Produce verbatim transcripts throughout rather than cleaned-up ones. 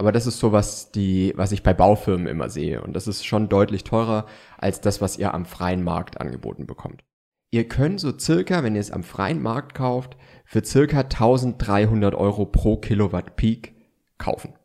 Aber das ist so, was die, was ich bei Baufirmen immer sehe. Und das ist schon deutlich teurer als das, was ihr am freien Markt angeboten bekommt. Ihr könnt so circa, wenn ihr es am freien Markt kauft, für circa eintausenddreihundert Euro pro Kilowatt Peak kaufen.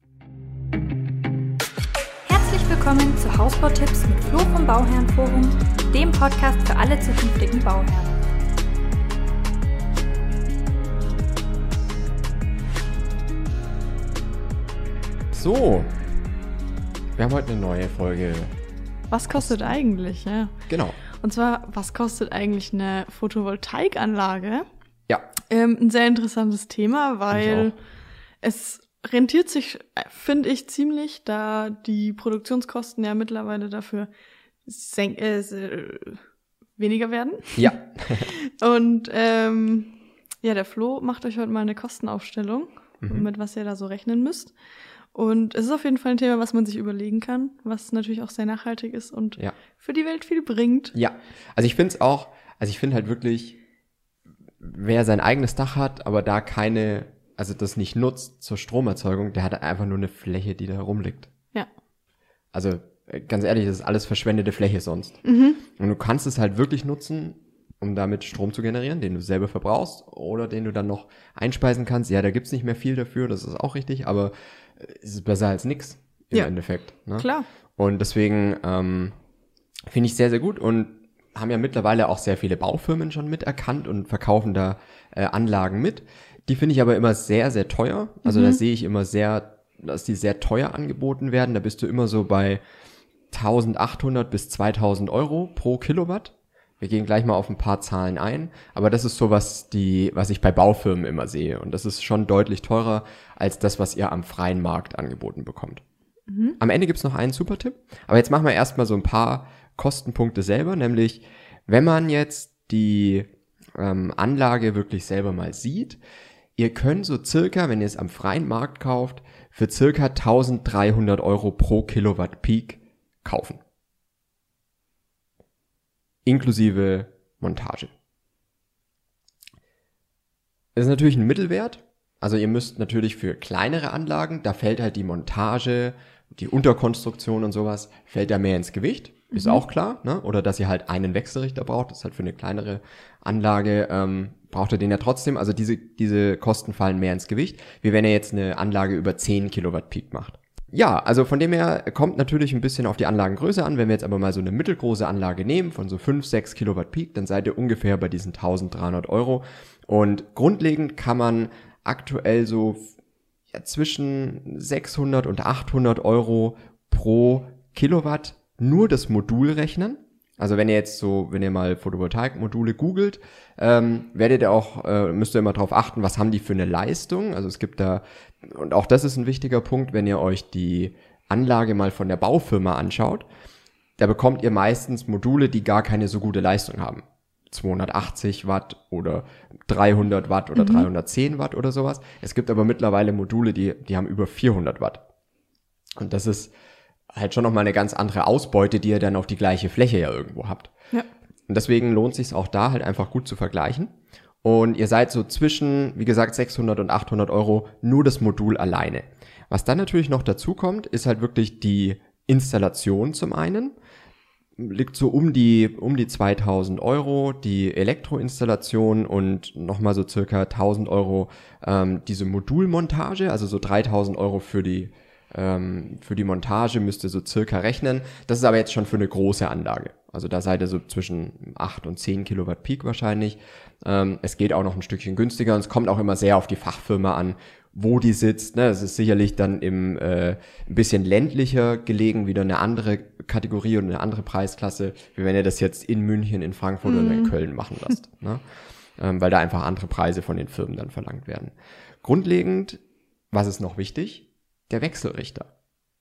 Herzlich willkommen zu Hausbautipps mit Flo vom Bauherrenforum, dem Podcast für alle zukünftigen Bauherren. So, wir haben heute eine neue Folge. Was kostet eigentlich, ja? Genau. Und zwar, was kostet eigentlich eine Photovoltaikanlage? Ja. Ähm, ein sehr interessantes Thema, weil es rentiert sich, finde ich, ziemlich, da die Produktionskosten ja mittlerweile dafür senk- äh, weniger werden. Ja. Und ähm, ja, der Flo macht euch heute mal eine Kostenaufstellung, Mhm. mit was ihr da so rechnen müsst. Und es ist auf jeden Fall ein Thema, was man sich überlegen kann, was natürlich auch sehr nachhaltig ist und Ja. für die Welt viel bringt. Ja, also ich finde es auch, also ich finde halt wirklich, wer sein eigenes Dach hat, aber da keine, also das nicht nutzt zur Stromerzeugung, der hat einfach nur eine Fläche, die da rumliegt. Ja. Also äh, ganz ehrlich, das ist alles verschwendete Fläche sonst. Mhm. Und du kannst es halt wirklich nutzen, um damit Strom zu generieren, den du selber verbrauchst oder den du dann noch einspeisen kannst. Ja, da gibt's nicht mehr viel dafür, das ist auch richtig, aber es ist besser als nix im Ja. Endeffekt. Ne? Klar. Und deswegen ähm, finde ich sehr, sehr gut und haben ja mittlerweile auch sehr viele Baufirmen schon miterkannt und verkaufen da äh, Anlagen mit. Die finde ich aber immer sehr, sehr teuer. Also Mhm. da sehe ich immer sehr, dass die sehr teuer angeboten werden. Da bist du immer so bei eintausendachthundert bis zweitausend Euro pro Kilowatt. Wir gehen gleich mal auf ein paar Zahlen ein, aber das ist so, was die, was ich bei Baufirmen immer sehe. Und das ist schon deutlich teurer als das, was ihr am freien Markt angeboten bekommt. Mhm. Am Ende gibt's noch einen Super-Tipp, aber jetzt machen wir erstmal so ein paar Kostenpunkte selber, nämlich wenn man jetzt die ähm, Anlage wirklich selber mal sieht, ihr könnt so circa, wenn ihr es am freien Markt kauft, für circa eintausenddreihundert Euro pro Kilowatt Peak kaufen. Inklusive Montage. Das ist natürlich ein Mittelwert. Also ihr müsst natürlich für kleinere Anlagen, da fällt halt die Montage, die Unterkonstruktion und sowas, fällt da mehr ins Gewicht. Ist Mhm. auch klar, ne? Oder dass ihr halt einen Wechselrichter braucht. Das ist halt für eine kleinere Anlage, ähm, braucht ihr den ja trotzdem. Also diese, diese Kosten fallen mehr ins Gewicht, wie wenn ihr jetzt eine Anlage über zehn Kilowatt Peak macht. Ja, also von dem her kommt natürlich ein bisschen auf die Anlagengröße an. Wenn wir jetzt aber mal so eine mittelgroße Anlage nehmen, von so fünf, sechs Kilowatt Peak, dann seid ihr ungefähr bei diesen eintausenddreihundert Euro. Und grundlegend kann man aktuell so ja, zwischen sechshundert und achthundert Euro pro Kilowatt nur das Modul rechnen. Also wenn ihr jetzt so, wenn ihr mal Photovoltaikmodule googelt, ähm, werdet ihr auch, äh, müsst ihr immer darauf achten, was haben die für eine Leistung. Also es gibt da, und auch das ist ein wichtiger Punkt, wenn ihr euch die Anlage mal von der Baufirma anschaut, da bekommt ihr meistens Module, die gar keine so gute Leistung haben. zweihundertachtzig Watt oder dreihundert Watt oder Mhm. dreihundertzehn Watt oder sowas. Es gibt aber mittlerweile Module, die, die haben über vierhundert Watt. Und das ist halt schon nochmal eine ganz andere Ausbeute, die ihr dann auf die gleiche Fläche ja irgendwo habt. Ja. Und deswegen lohnt es sich auch da halt einfach gut zu vergleichen. Und ihr seid so zwischen, wie gesagt, sechshundert und achthundert Euro nur das Modul alleine. Was dann natürlich noch dazu kommt, ist halt wirklich die Installation zum einen. Liegt so um die, um die zweitausend Euro, die Elektroinstallation und nochmal so circa tausend Euro ähm, diese Modulmontage, also so dreitausend Euro für die ähm, für die Montage müsst ihr so circa rechnen. Das ist aber jetzt schon für eine große Anlage. Also da seid ihr so zwischen acht und zehn Kilowatt Peak wahrscheinlich. Ähm, es geht auch noch ein Stückchen günstiger und es kommt auch immer sehr auf die Fachfirma an, wo die sitzt. Ne? Es ist sicherlich dann im äh, ein bisschen ländlicher gelegen, wieder eine andere Kategorie und eine andere Preisklasse, wie wenn ihr das jetzt in München, in Frankfurt Mhm. oder in Köln machen lasst. Ne? Ähm, weil da einfach andere Preise von den Firmen dann verlangt werden. Grundlegend, was ist noch wichtig? Der Wechselrichter.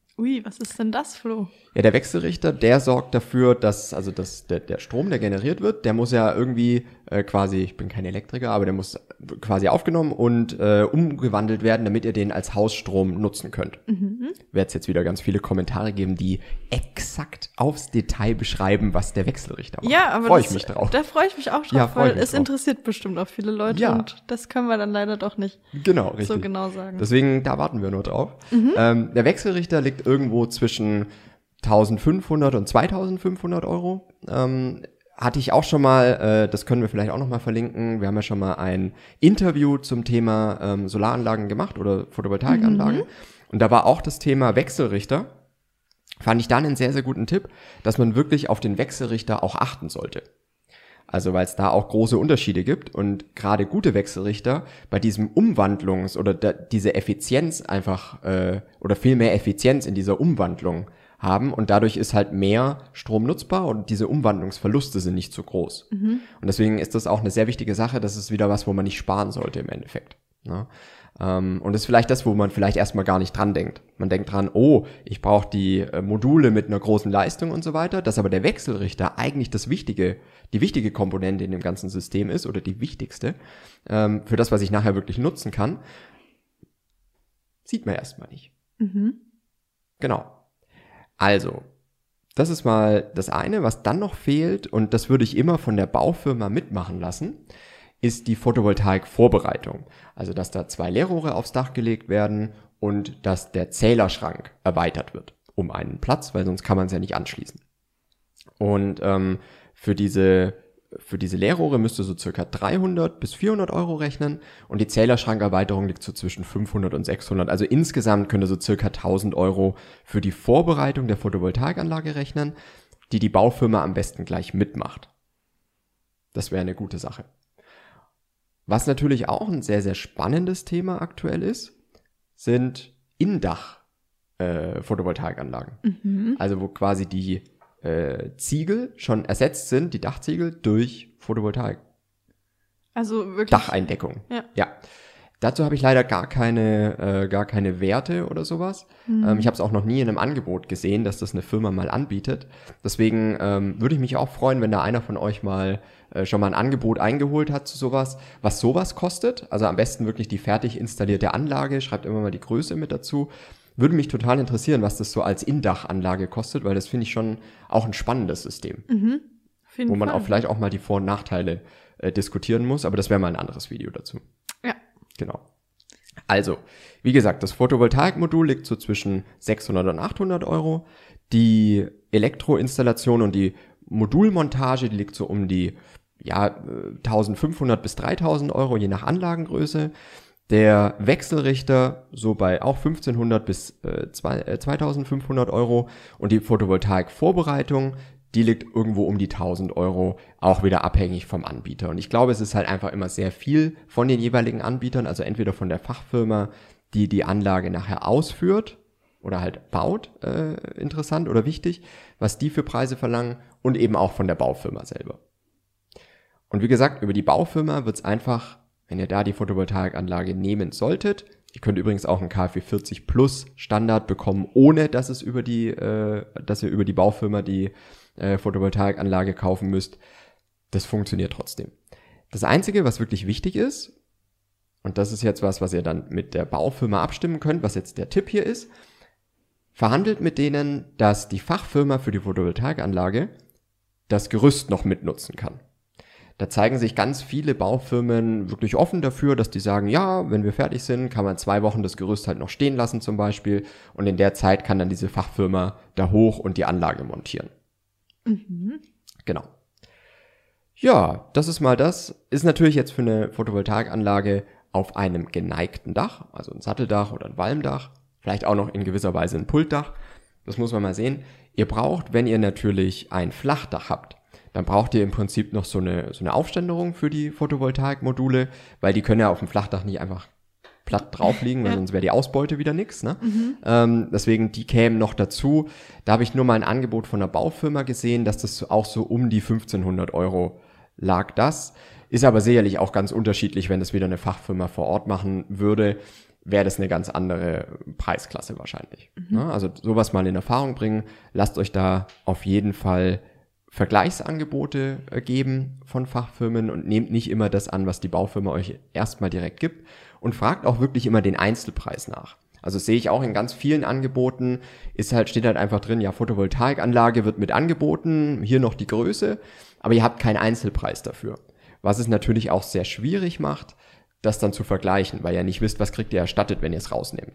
Ui, was ist denn das, Flo? Ja, der Wechselrichter, der sorgt dafür, dass, also dass der, der Strom, der generiert wird, der muss ja irgendwie äh, quasi, ich bin kein Elektriker, aber der muss quasi aufgenommen und äh, umgewandelt werden, damit ihr den als Hausstrom nutzen könnt. Mhm. Wird es jetzt wieder ganz viele Kommentare geben, die exakt aufs Detail beschreiben, was der Wechselrichter macht. Ja, aber freue ich ich mich drauf. Da freue ich mich auch drauf, ja, weil es drauf. interessiert bestimmt auch viele Leute ja. und das können wir dann leider doch nicht genau, richtig. so genau sagen. Deswegen, da warten wir nur drauf. Mhm. Ähm, der Wechselrichter liegt irgendwo zwischen eintausendfünfhundert und zweitausendfünfhundert Euro. Ähm, hatte ich auch schon mal, äh, das können wir vielleicht auch noch mal verlinken, wir haben ja schon mal ein Interview zum Thema ähm, Solaranlagen gemacht oder Photovoltaikanlagen. Mhm. Und da war auch das Thema Wechselrichter. Fand ich dann einen sehr, sehr guten Tipp, dass man wirklich auf den Wechselrichter auch achten sollte. Also weil es da auch große Unterschiede gibt und gerade gute Wechselrichter bei diesem Umwandlungs- oder da, diese Effizienz einfach äh, oder viel mehr Effizienz in dieser Umwandlung haben und dadurch ist halt mehr Strom nutzbar und diese Umwandlungsverluste sind nicht so groß. Mhm. Und deswegen ist das auch eine sehr wichtige Sache, das ist wieder was, wo man nicht sparen sollte im Endeffekt. Ne? Ähm, und das ist vielleicht das, wo man vielleicht erstmal gar nicht dran denkt. Man denkt dran, oh, ich brauche die äh, Module mit einer großen Leistung und so weiter, dass aber der Wechselrichter eigentlich das wichtige, die wichtige Komponente in dem ganzen System ist oder die wichtigste, ähm, für das, was ich nachher wirklich nutzen kann, sieht man erstmal nicht. Mhm. Genau. Also, das ist mal das eine, was dann noch fehlt und das würde ich immer von der Baufirma mitmachen lassen, ist die Photovoltaik-Vorbereitung. Also, dass da zwei Leerrohre aufs Dach gelegt werden und dass der Zählerschrank erweitert wird um einen Platz, weil sonst kann man es ja nicht anschließen. Und ähm, für diese für diese Leerrohre müsst ihr so circa dreihundert bis vierhundert Euro rechnen und die Zählerschrankerweiterung liegt so zwischen fünfhundert und sechshundert. Also insgesamt könnt ihr so circa tausend Euro für die Vorbereitung der Photovoltaikanlage rechnen, die die Baufirma am besten gleich mitmacht. Das wäre eine gute Sache. Was natürlich auch ein sehr, sehr spannendes Thema aktuell ist, sind Indach-Photovoltaikanlagen. Äh, mhm. Also wo quasi die äh, Ziegel schon ersetzt sind, die Dachziegel, durch Photovoltaik. Also wirklich? Dacheindeckung. Ja. ja. Dazu habe ich leider gar keine, äh, gar keine Werte oder sowas. Mhm. Ähm, ich habe es auch noch nie in einem Angebot gesehen, dass das eine Firma mal anbietet. Deswegen ähm, würde ich mich auch freuen, wenn da einer von euch mal äh, schon mal ein Angebot eingeholt hat zu sowas, was sowas kostet. Also am besten wirklich die fertig installierte Anlage. Schreibt immer mal die Größe mit dazu. Würde mich total interessieren, was das so als Indachanlage kostet, weil das finde ich schon auch ein spannendes System. Mhm. Wo man Fall. auch vielleicht auch mal die Vor- und Nachteile äh, diskutieren muss. Aber das wäre mal ein anderes Video dazu. Ja. Genau. Also, wie gesagt, das Photovoltaikmodul liegt so zwischen sechshundert und achthundert Euro. Die Elektroinstallation und die Modulmontage, die liegt so um die ja, eintausendfünfhundert bis dreitausend Euro, je nach Anlagengröße. Der Wechselrichter so bei auch fünfzehnhundert bis äh, zweitausendfünfhundert Euro. Und die Photovoltaikvorbereitung, die liegt irgendwo um die tausend Euro, auch wieder abhängig vom Anbieter. Und ich glaube, es ist halt einfach immer sehr viel von den jeweiligen Anbietern, also entweder von der Fachfirma, die die Anlage nachher ausführt oder halt baut, äh, interessant oder wichtig, was die für Preise verlangen und eben auch von der Baufirma selber. Und wie gesagt, über die Baufirma wird's einfach, wenn ihr da die Photovoltaikanlage nehmen solltet, ihr könnt übrigens auch einen K f W vierzig Plus Standard bekommen, ohne dass es über die, äh, dass ihr über die Baufirma die äh, Photovoltaikanlage kaufen müsst. Das funktioniert trotzdem. Das Einzige, was wirklich wichtig ist, und das ist jetzt was, was ihr dann mit der Baufirma abstimmen könnt, was jetzt der Tipp hier ist, verhandelt mit denen, dass die Fachfirma für die Photovoltaikanlage das Gerüst noch mitnutzen kann. Da zeigen sich ganz viele Baufirmen wirklich offen dafür, dass die sagen, ja, wenn wir fertig sind, kann man zwei Wochen das Gerüst halt noch stehen lassen zum Beispiel und in der Zeit kann dann diese Fachfirma da hoch und die Anlage montieren. Mhm. Genau. Ja, das ist mal das. Ist natürlich jetzt für eine Photovoltaikanlage auf einem geneigten Dach, also ein Satteldach oder ein Walmdach, vielleicht auch noch in gewisser Weise ein Pultdach. Das muss man mal sehen. Ihr braucht, wenn ihr natürlich ein Flachdach habt, dann braucht ihr im Prinzip noch so eine, so eine Aufständerung für die Photovoltaikmodule, weil die können ja auf dem Flachdach nicht einfach platt drauf liegen, weil ja. sonst wäre die Ausbeute wieder nix. Ne? Mhm. Ähm, deswegen, die kämen noch dazu. Da habe ich nur mal ein Angebot von einer Baufirma gesehen, dass das auch so um die fünfzehnhundert Euro lag das. Ist aber sicherlich auch ganz unterschiedlich, wenn das wieder eine Fachfirma vor Ort machen würde. wäre das eine ganz andere Preisklasse wahrscheinlich. Mhm. Ja, also sowas mal in Erfahrung bringen. Lasst euch da auf jeden Fall Vergleichsangebote geben von Fachfirmen und nehmt nicht immer das an, was die Baufirma euch erstmal direkt gibt und fragt auch wirklich immer den Einzelpreis nach. Also das sehe ich auch in ganz vielen Angeboten, ist halt, steht halt einfach drin, ja, Photovoltaikanlage wird mit angeboten, hier noch die Größe, aber ihr habt keinen Einzelpreis dafür. Was es natürlich auch sehr schwierig macht, das dann zu vergleichen, weil ihr nicht wisst, was kriegt ihr erstattet, wenn ihr es rausnehmt.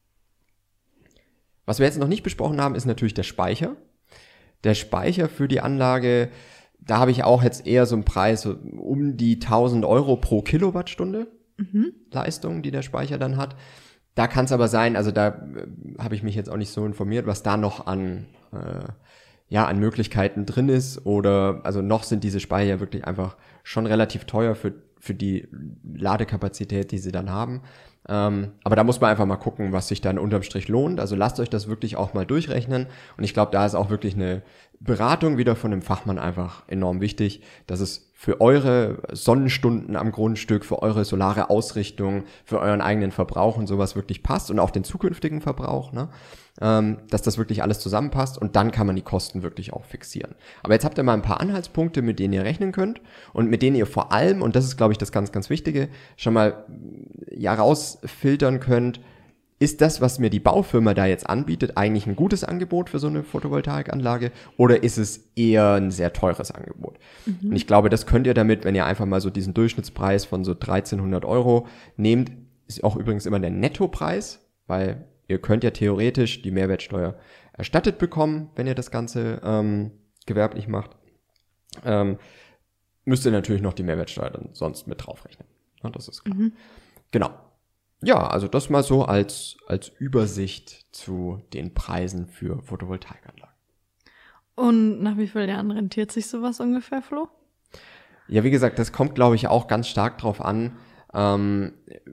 Was wir jetzt noch nicht besprochen haben, ist natürlich der Speicher. Der Speicher für die Anlage, da habe ich auch jetzt eher so einen Preis so um die tausend Euro pro Kilowattstunde mhm. Leistung, die der Speicher dann hat. Da kann es aber sein, also da äh, habe ich mich jetzt auch nicht so informiert, was da noch an äh, ja an Möglichkeiten drin ist oder also noch sind diese Speicher wirklich einfach schon relativ teuer für für die Ladekapazität, die sie dann haben. Ähm, aber da muss man einfach mal gucken, was sich dann unterm Strich lohnt. Also lasst euch das wirklich auch mal durchrechnen. Und ich glaube, da ist auch wirklich eine Beratung wieder von einem Fachmann einfach enorm wichtig, dass es für eure Sonnenstunden am Grundstück, für eure solare Ausrichtung, für euren eigenen Verbrauch und sowas wirklich passt und auch den zukünftigen Verbrauch, ne? ähm, dass das wirklich alles zusammenpasst und dann kann man die Kosten wirklich auch fixieren. Aber jetzt habt ihr mal ein paar Anhaltspunkte, mit denen ihr rechnen könnt und mit denen ihr vor allem, und das ist, glaube ich, das ganz, ganz Wichtige, schon mal ja rausfiltern könnt, ist das, was mir die Baufirma da jetzt anbietet, eigentlich ein gutes Angebot für so eine Photovoltaikanlage oder ist es eher ein sehr teures Angebot? Mhm. Und ich glaube, das könnt ihr damit, wenn ihr einfach mal so diesen Durchschnittspreis von so dreizehnhundert Euro nehmt, ist auch übrigens immer der Nettopreis, weil ihr könnt ja theoretisch die Mehrwertsteuer erstattet bekommen, wenn ihr das Ganze ähm, gewerblich macht. Ähm, müsst ihr natürlich noch die Mehrwertsteuer dann sonst mit draufrechnen. Ja, das ist klar. Mhm. Genau. Ja, also das mal so als, als Übersicht zu den Preisen für Photovoltaikanlagen. Und nach wie vielen Jahren rentiert sich sowas ungefähr, Flo? Ja, wie gesagt, das kommt, glaube ich, auch ganz stark drauf an, ähm,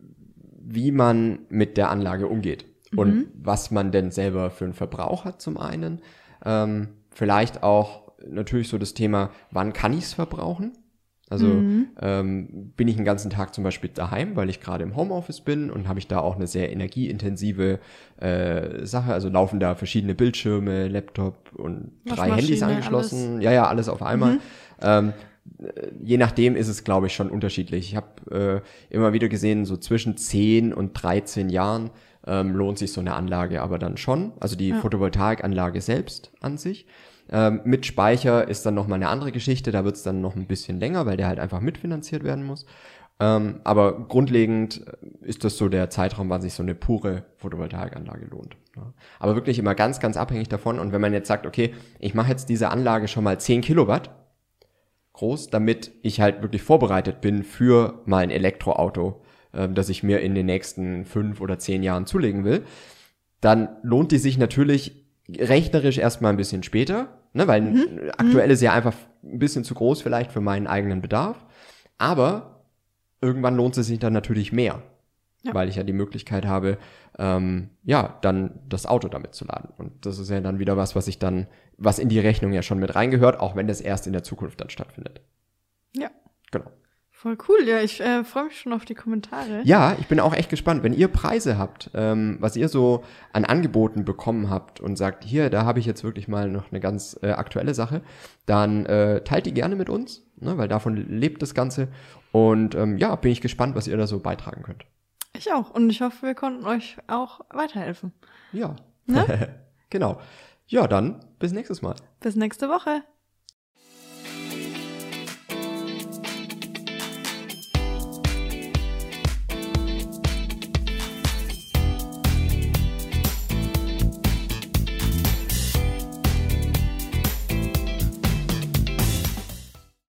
wie man mit der Anlage umgeht mhm. und was man denn selber für einen Verbrauch hat zum einen. Ähm, vielleicht auch natürlich so das Thema, wann kann ich es verbrauchen? Also mhm. ähm, bin ich den ganzen Tag zum Beispiel daheim, weil ich gerade im Homeoffice bin und habe ich da auch eine sehr energieintensive äh, Sache. Also laufen da verschiedene Bildschirme, Laptop und drei Handys angeschlossen. Alles. Ja, ja, alles auf einmal. Mhm. Ähm, je nachdem ist es, glaube ich, schon unterschiedlich. Ich habe äh, immer wieder gesehen, so zwischen zehn und dreizehn Jahren ähm, lohnt sich so eine Anlage aber dann schon. Also die ja. Photovoltaikanlage selbst an sich. Ähm, mit Speicher ist dann nochmal eine andere Geschichte, da wird es dann noch ein bisschen länger, weil der halt einfach mitfinanziert werden muss. Ähm, aber grundlegend ist das so der Zeitraum, wann sich so eine pure Photovoltaikanlage lohnt. Ja. Aber wirklich immer ganz, ganz abhängig davon. Und wenn man jetzt sagt, okay, ich mache jetzt diese Anlage schon mal zehn Kilowatt groß, damit ich halt wirklich vorbereitet bin für mal ein Elektroauto, äh, das ich mir in den nächsten fünf oder zehn Jahren zulegen will, dann lohnt die sich natürlich rechnerisch erstmal ein bisschen später, ne, weil mhm. aktuell ist ja einfach ein bisschen zu groß vielleicht für meinen eigenen Bedarf, aber irgendwann lohnt es sich dann natürlich mehr, ja. weil ich ja die Möglichkeit habe, ähm, ja, dann das Auto damit zu laden. Und das ist ja dann wieder was, was ich dann, was in die Rechnung ja schon mit reingehört, auch wenn das erst in der Zukunft dann stattfindet. Ja. Genau. Voll cool, ja, ich äh, freue mich schon auf die Kommentare. Ja, ich bin auch echt gespannt, wenn ihr Preise habt, ähm, was ihr so an Angeboten bekommen habt und sagt, hier, da habe ich jetzt wirklich mal noch eine ganz äh, aktuelle Sache, dann äh, teilt die gerne mit uns, ne, weil davon lebt das Ganze und ähm, ja, bin ich gespannt, was ihr da so beitragen könnt. Ich auch und ich hoffe, wir konnten euch auch weiterhelfen. Ja, ne? Genau. Ja, dann bis nächstes Mal. Bis nächste Woche.